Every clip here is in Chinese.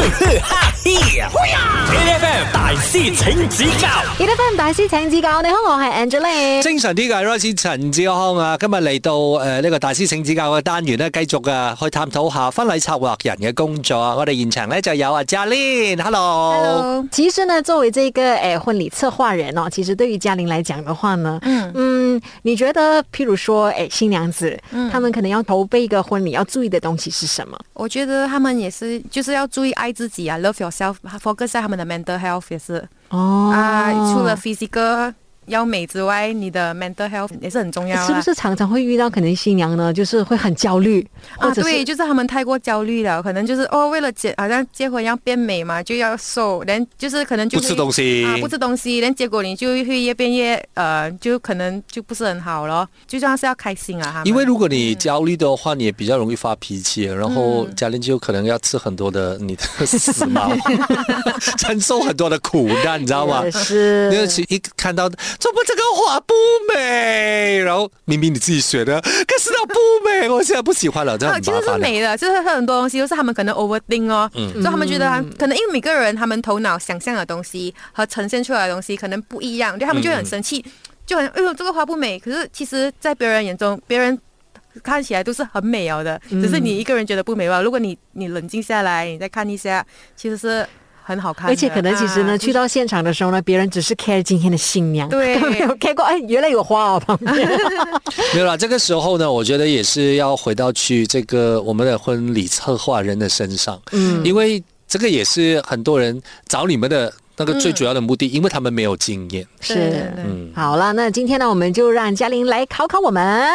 哈嘿！8FM 大師請指教 8FM 大師請指教，你好，我係 Angeline。 精神啲嘅 Royce 陳志康啊，今日嚟到呢個大師請指教嘅單元咧，繼續去探討下婚禮策劃人嘅工作。我哋現場咧就有阿 Jalin，Hello。 其實呢，作為這個婚禮策劃人哦，其實對於Jalin來講的話呢，你覺得譬如說新娘子，他們可能要籌備一個婚禮，要注意的東西是什麼？ 我覺得他們也是，就是要注意愛自己啊 ，love yourself，focus 在他們的 mental health 也是。除了 physical 要美之外，你的 mental health 也是很重要。 是不是常常會遇到可能新娘呢，就是會很焦慮對，就是他們太過焦慮了，可能就是為了好像結婚要變美嘛，就要瘦，連就是可能就不吃東西， 不吃東西，連結果你就會越變越就可能就不是很好咯。最重要是要開心啊， 因為如果你焦慮的話，你也比較容易發脾氣，然後Jalin就可能要吃很多的你的死貓，承受很多的苦難，你知道嗎？ 是， 因為一看到怎麼這個花不美，然後明明你自己選的，可是它不美，我現在不喜歡了，這樣很麻煩。 其實是美的，就是很多東西都是他們可能 overthink 哦，所以他們覺得可能因為每個人他們頭腦想象的東西和呈現出來的東西可能不一樣，對他們就很生氣，就很哎呦這個花不美，可是其實在別人眼中，別人看起來都是很美的，只是你一個人覺得不美吧。如果你冷靜下來，你再看一下，其實是很好看的。 而且可能其實呢，去到現場的時候呢，別人只是 care 今天的新娘， 對， 沒有 care 過原來有花旁邊。 沒有啦，這個時候呢，我覺得也是要回到去這個我們的婚禮策劃人的身上，因為這個也是很多人找你們的那個最主要的目的，因為他們沒有經驗。 是，好了，那今天呢，我們就讓Jalin來考考我們。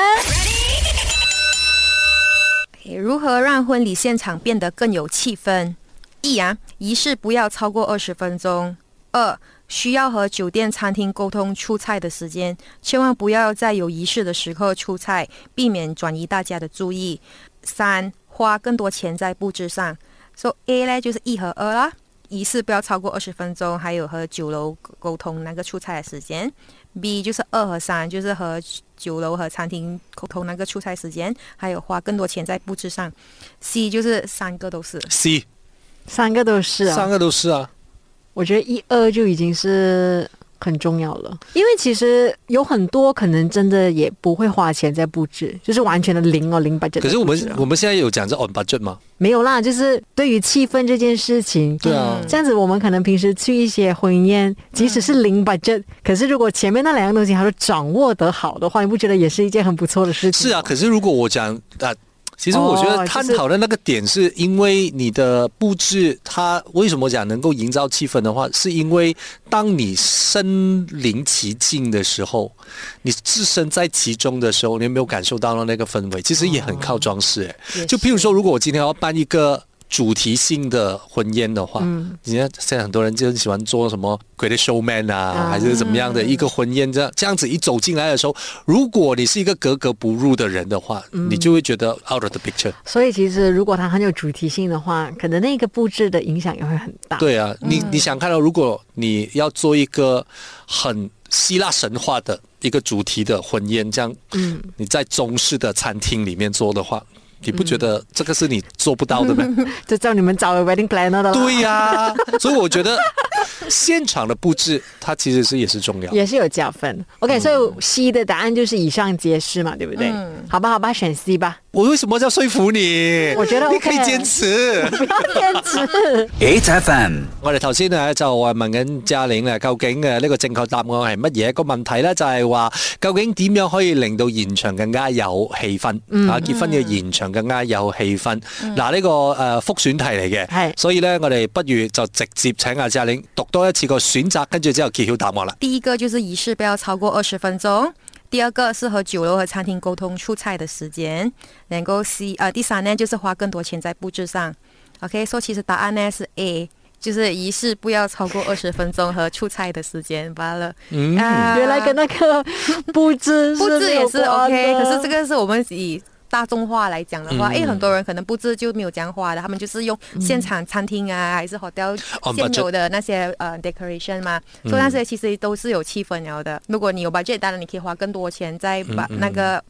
如何讓婚禮現場變得更有氣氛？儀式不要超過20分鐘。2，需要和酒店餐廳溝通出菜的時間，千萬不要在有儀式的時刻出菜，避免轉移大家的注意。3，花更多錢在佈置上。So A 呢就是1和2啦，儀式不要超過20分鐘，還有和酒樓溝通那個出菜的時間。B 就是2和3，就是和酒樓和餐廳溝通那個出菜時間，還有花更多錢在佈置上。C 就是3個都是。 C 3個都是啊 ，3個都是啊。 我覺得1、2就已經是很重要了，因為其實有很多可能真的也不會花錢在佈置，就是完全的零 budget。 可是我們現在有講這 on budget 嗎？ 沒有啦，就是對於氣氛這件事情， 對啊， 這樣子我們可能平時去一些婚宴，即使是零 budget，可是如果前面那兩樣東西還是掌握得好的話，你不覺得也是一件很不錯的事情？ 是啊，可是如果我講其實我覺得探討的那個點是因為你的佈置，它為什麼講能夠營造氣氛的話，是因為當你身臨其境的時候，你置身在其中的時候，你有沒有感受到那個氛圍？其實也很靠裝飾就譬如說，如果我今天要辦一個主題性的婚宴的話，你看現在很多人就喜歡做什麼 Greatest Showman 啊，還是怎麼樣的一個婚宴，這樣子一走進來的時候，如果你是一個格格不入的人的話，你就會覺得 out of the picture。 所以其實如果它很有主題性的話，可能那個佈置的影響也會很大。 對啊，你想看到，如果你要做一個很希臘神話的一個主題的婚宴，這樣，你在中式的餐廳裡面做的話，你不覺得這個是你做不到的嗎？ 就叫你們找個 wedding planner 的。 對呀，所以我覺得現場的佈置，它其實也是重要， 也是有加分。OK，所以 C 的答案就是以上皆是嘛，對不對？好吧，選 C 吧。 我為什麼要說服你？ 我覺得 OK， 你可以堅持， 不要堅持。 8FM， 我哋頭先咧就問緊Jalin咧，究竟呢個正確答案係乜嘢？個問題咧就係話，究竟點樣可以令到現場更加有氣氛？結婚嘅現場更加有氣氛。嗱，呢個複選題嚟嘅，所以咧我哋不如就直接請阿Jalin讀多一次個選擇，跟住之後揭曉答案啦。 第一個就是儀式不要超過20分鐘。第二個是和酒樓和餐廳溝通出菜的時間，能夠第三呢就是花更多錢在佈置上。OK， 所以其實答案呢是 A， 就是儀式不要超過20分鐘和出菜的時間罷了。 原來跟那個佈置也是 OK， 可是這個是我們以大眾化來講的話，很多人可能佈置就沒有這樣花的，他們就是用現場餐廳啊，還是 hotel 現有的那些decoration 嘛，所以那些其實都是有氣氛了的。如果你有 budget，當然你可以花更多錢在把那個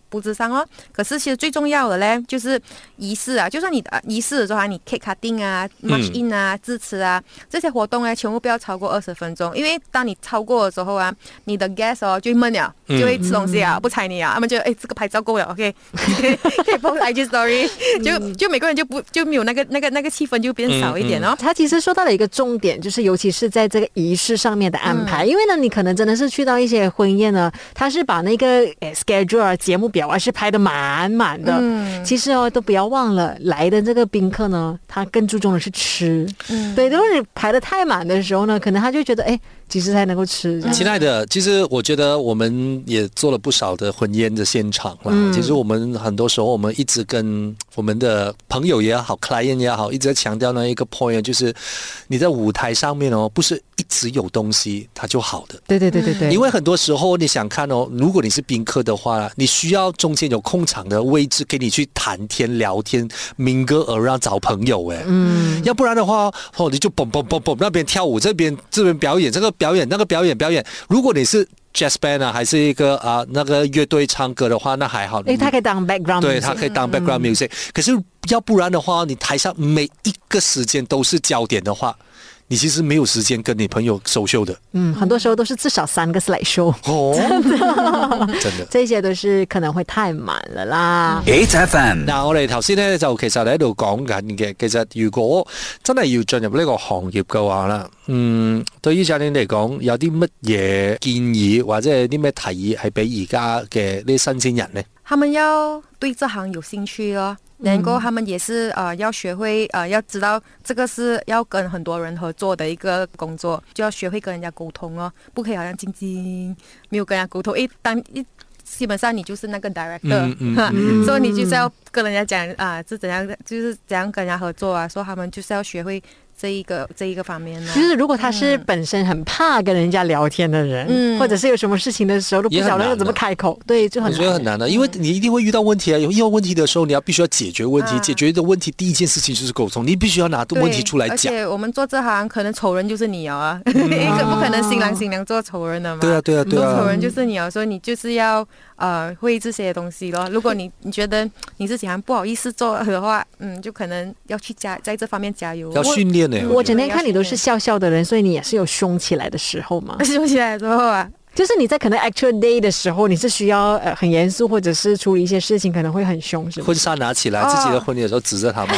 布置上哦。可是其实最重要的嘞，就是仪式啊，就算你仪式的时候你 cake cutting 啊、march in 啊、致辞啊这些活动呢，全部不要超过20分钟，因为当你超过的时候啊，你的 guest 哦就会闷了，就会吃东西啊，不睬你啊，他们就这个拍照够了 ，OK， 可以 post IG story， 就每个人就没有那个气氛就变少一点哦。 他其实说到了一个重点，就是尤其是在这个仪式上面的安排，因为呢，你可能真的是去到一些婚宴呢，他是把那个schedule 节目表是排得满满的。其实都不要忘了来的这个宾客呢，他更注重的是吃。对，如果你排得太满的时候呢，可能他就觉得几时才能够吃？ 亲爱的，其实我觉得我们也做了不少的婚宴的现场啦。其实我们很多时候，我们一直跟我们的朋友也好 ，client 也好，一直在强调那一个 point， 就是你在舞台上面不是一直有东西它就好的。 对。 因为很多时候你想看如果你是宾客的话，你需要中间有空场的位置给你去谈天聊天、民歌而让找朋友要不然的话你就蹦那边跳舞，这边表演，这个表演那个表演。如果你是 jazz band 啊，还是一个那个乐队唱歌的话，那还好。 它可以当 background music， 对，它可以当 background music。可是要不然的话，你台上每一个时间都是焦点的话，你其实没有时间跟你朋友 social 的。 很多时候都是至少3个 slide show。 真的， 这些都是可能會太滿了啦。 8FM 嗱，我哋頭先咧就其實喺度講緊嘅，其實如果真係要進入呢個行業嘅話啦，對於嘉玲嚟講，有啲乜嘢建議或者係啲咩提議係俾而家嘅呢啲新鮮人呢？ 他們要對這行有興趣咯。然後他們也是要學會要知道這個是要跟很多人合作的一個工作，就要學會跟人家溝通哦，不可以好像靜靜沒有跟人家溝通。基本上你就是那個 director，所以你就是要跟人家講是怎樣，就是怎樣跟人家合作啊，所以他們就是要學會這一個方面呢。 就是如果他是本身很怕跟人家聊天的人，或者是有什麼事情的時候都不曉得怎麼開口，對，就很難。 我覺得很難的，因為你一定會遇到問題啊，有遇到問題的時候，你必須要解決問題，解決的問題第一件事情就是溝通，你必須要拿問題出來講。 而且我們做這行，可能醜人就是你啊，一個不可能新郎新娘做醜人的嘛。 對啊，做醜人就是你啊，所以你就是要會這些東西咯。如果你覺得你自己還不好意思做的話，就可能要去在這方面加油， 要訓練。 我整天看你都是笑笑的人，所以你也是有凶起來的時候嗎？ 凶起來的時候啊， 就是你在可能 actual day 的時候，你是需要很嚴肅，或者是處理一些事情，可能會很凶，是嗎？ 婚紗拿起來，自己的婚禮的時候指着他嗎？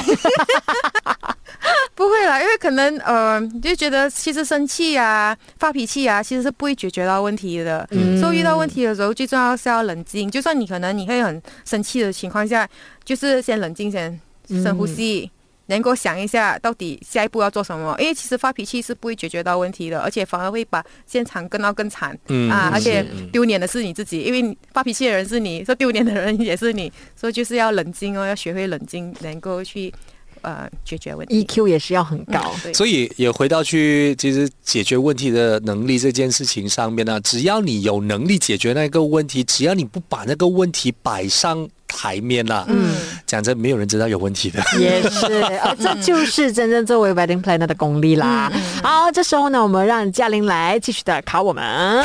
不會啦，因為可能就覺得其實生氣啊、發脾氣啊，其實是不會解決到問題的。所以遇到問題的時候，最重要是要冷靜。就算你可能你會很生氣的情況下，就是先冷靜，先深呼吸。能夠想一下到底下一步要做什麼，因為其實發脾氣是不會解決到問題的，而且反而會把現場更到更慘而且丟臉的是你自己，因為發脾氣的人是你，說丟臉的人也是你，所以就是要冷靜哦，要學會冷靜，能夠去解決問題。 EQ 也是要很高， 所以也回到去其實解決問題的能力這件事情上面呢，只要你有能力解決那個問題，只要你不把那個問題擺上台面啦，講真，沒有人知道有問題的。 也是，這就是真正作為 wedding planner 的功力啦。好，這時候呢，我們讓嘉玲來繼續的考我們。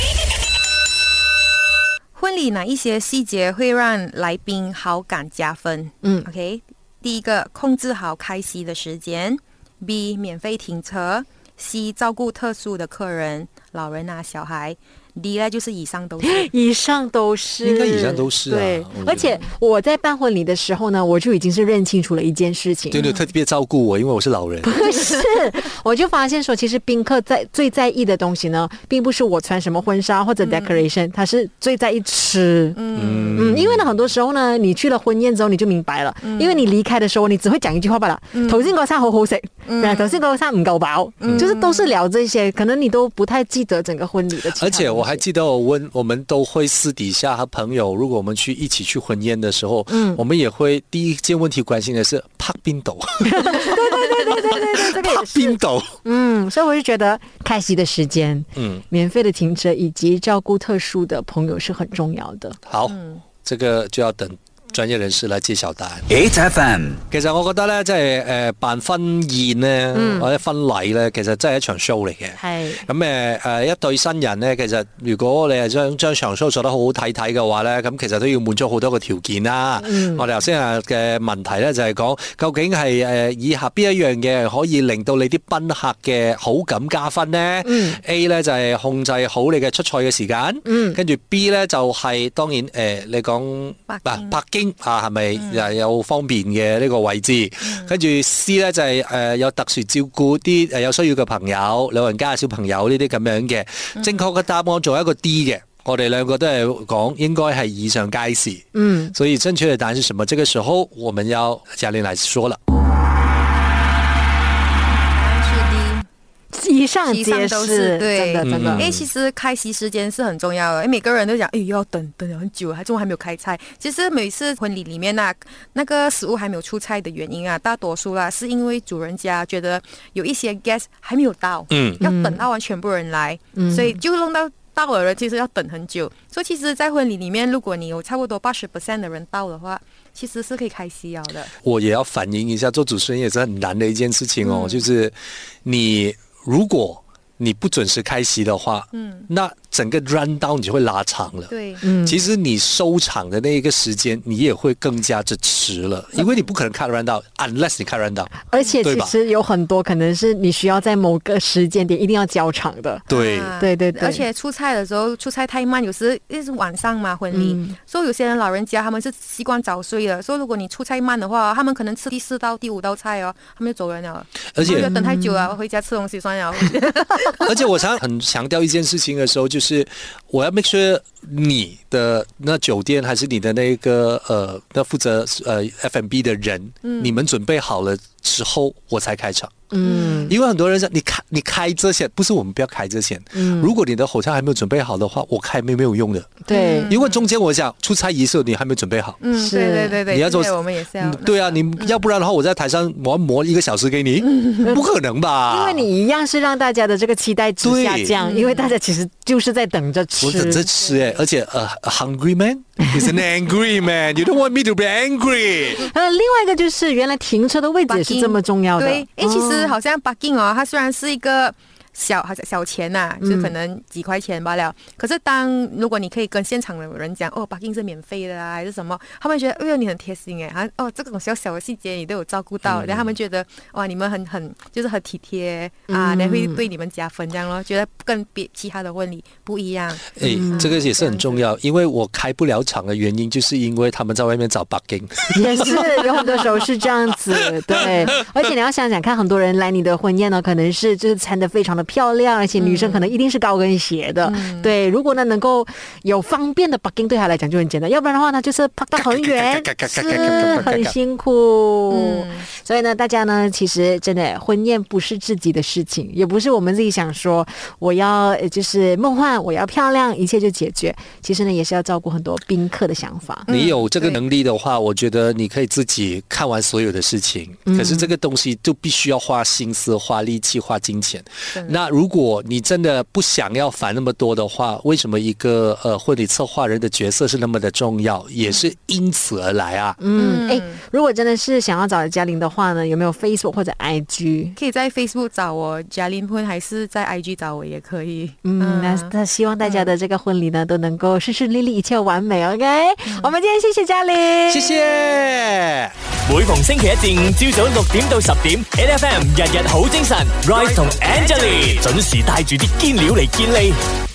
婚禮哪一些細節會讓來賓好感加分？OK， 第一個，控制好開席的時間。B， 免費停車。C， 照顧特殊的客人，老人啊，小孩。D 呢就是以上都是， 以上都是， 應該以上都是啊。 對，而且我在辦婚禮的時候呢，我就已經是認清楚了一件事情。 對，特別照顧我，因為我是老人。 不是，我就發現說，其實賓客最在意的東西呢，並不是我穿什麼婚紗或者 decoration，他是最在意吃。因為呢，很多時候呢，你去了婚宴之後，你就明白了，因為你離開的時候，你只會講一句話罷了。頭先嗰餐好好食，頭先嗰餐唔夠飽，就是都是聊這些，可能你都不太記得整個婚禮的。 而且我還記得我們都會私底下和朋友，如果我們一起去婚宴的時候，我們也會第一件問題關心的是拍邊度。對， 這個也是拍邊度。 所以我就覺得開席的時間，免費的停車以及照顧特殊的朋友是很重要的。 好，這個就要等專業人士來揭曉答案。 8FM 其實我覺得咧，即係辦婚宴咧，或者婚禮咧，其實真係一場 show 嚟嘅。 係咁一對新人咧，其實如果你係將場 show 做得好好睇睇嘅話咧，咁其實都要滿足好多個條件啦。我哋頭先嘅問題咧就係講，究竟係以下邊一樣嘢可以令到你啲賓客嘅好感加分呢？A 咧就係控制好你嘅出菜嘅時間，跟住 B 咧就係當然你講北京係咪有方便嘅呢個位置？跟住 C 咧就係有特殊照顧啲有需要嘅朋友、老人家、小朋友呢啲咁樣嘅。正確嘅答案仲有一個 D 嘅，我哋兩個都係講應該係以上皆是。所以正確的答案是什麼？這個時候我們要嘉玲來說了。 以上皆都是， 對， 真的。 因為其實開席時間是很重要的，因為每個人都講，要等了很久，中午還沒有開菜。其實每次婚禮裡面那個食物還沒有出菜的原因大多數是因為主人家覺得有一些 guest 還沒有到，要等到完全部人來，所以就弄到了人其實要等很久。所以其實，在婚禮裡面，如果你有差不多80% 的人到的話，其實是可以開席了的。我也要反映一下，做主持人也是很難的一件事情哦，就是如果你不準時開席的話，那整個 run down 你就會拉長了。 對， 其實你收場的那一個時間，你也會更加之遲了，因為你不可能看 run down unless 你看 run down。 而且其實有很多可能是你需要在某個時間點一定要交場的。 對， 對。 而且出菜的時候出菜太慢，有時因為是晚上嘛婚禮，所以有些人老人家他們是習慣早睡的，所以如果你出菜慢的話，他們可能吃第4道、第5道菜他們就走人了。 而且等太久了，回家吃東西算了。 而且我常常很強調一件事情的時候，就是我要 make sure 你的那酒店還是你的那個那負責F&B 的人，你們準備好了之後我才開場。因為很多人說你開這些，不是我們不要開這些。如果你的hotel還沒有準備好的話，我開沒有用的。 對， 因為中間我想出差儀式你還沒準備好。 對， 你要做， 我們也是要。 對啊，你要不然的話，我在台上磨1個小時給你，不可能吧？ 因為你一樣是讓大家的這個期待值下降，因為大家其實就是在等着吃。 我等着吃而且hungry man is an angry man. You don't want me to be angry. 另外一個就是原來停車的位置也是這麼重要的。 對，其實好像 parking 它雖然是一個小錢就可能幾塊錢罷了。可是如果你可以跟現場的人講parking 是免費的還是什麼，他們覺得你很貼心這種小小的細節你都有照顧到，然後他們覺得哇你們很就是很體貼然後會對你們加分這樣咯，覺得跟其他的婚禮不一樣。 這個也是很重要，因為我開不了場的原因就是因為他們在外面找 parking。 也是有很多時候是這樣子，對。而且你要想想看，很多人來你的婚宴呢，可能是就是穿得非常的漂亮，而且女生可能一定是高跟鞋的。對，如果呢能夠有方便的 parking 對她來講就很簡單，要不然的話呢就是park到很遠，是很辛苦。所以呢大家呢其實真的婚宴不是自己的事情，也不是我們自己想說我要就是夢幻，我要漂亮一切就解決，其實呢也是要照顧很多賓客的想法。 你有這個能力的話，我覺得你可以自己看完所有的事情，可是這個東西就必須要花心思、花力氣、花金錢。那如果你真的不想要煩那麼多的話，為什麼一個婚禮策劃人的角色是那麼的重要，也是因此而來啊。 如果真的是想要找嘉玲的話呢，有沒有 Facebook 或者 IG？ 可以在 Facebook 找我嘉玲婚，還是在 IG 找我也可以。 那希望大家的這個婚禮呢都能夠順順利利，一切完美。OK，我們今天謝謝嘉玲， 謝謝。 每逢星期一至五朝早6點到10點 ，8FM 日日好精神 ，Rise 同 Angelie 準時帶住啲堅料嚟見你。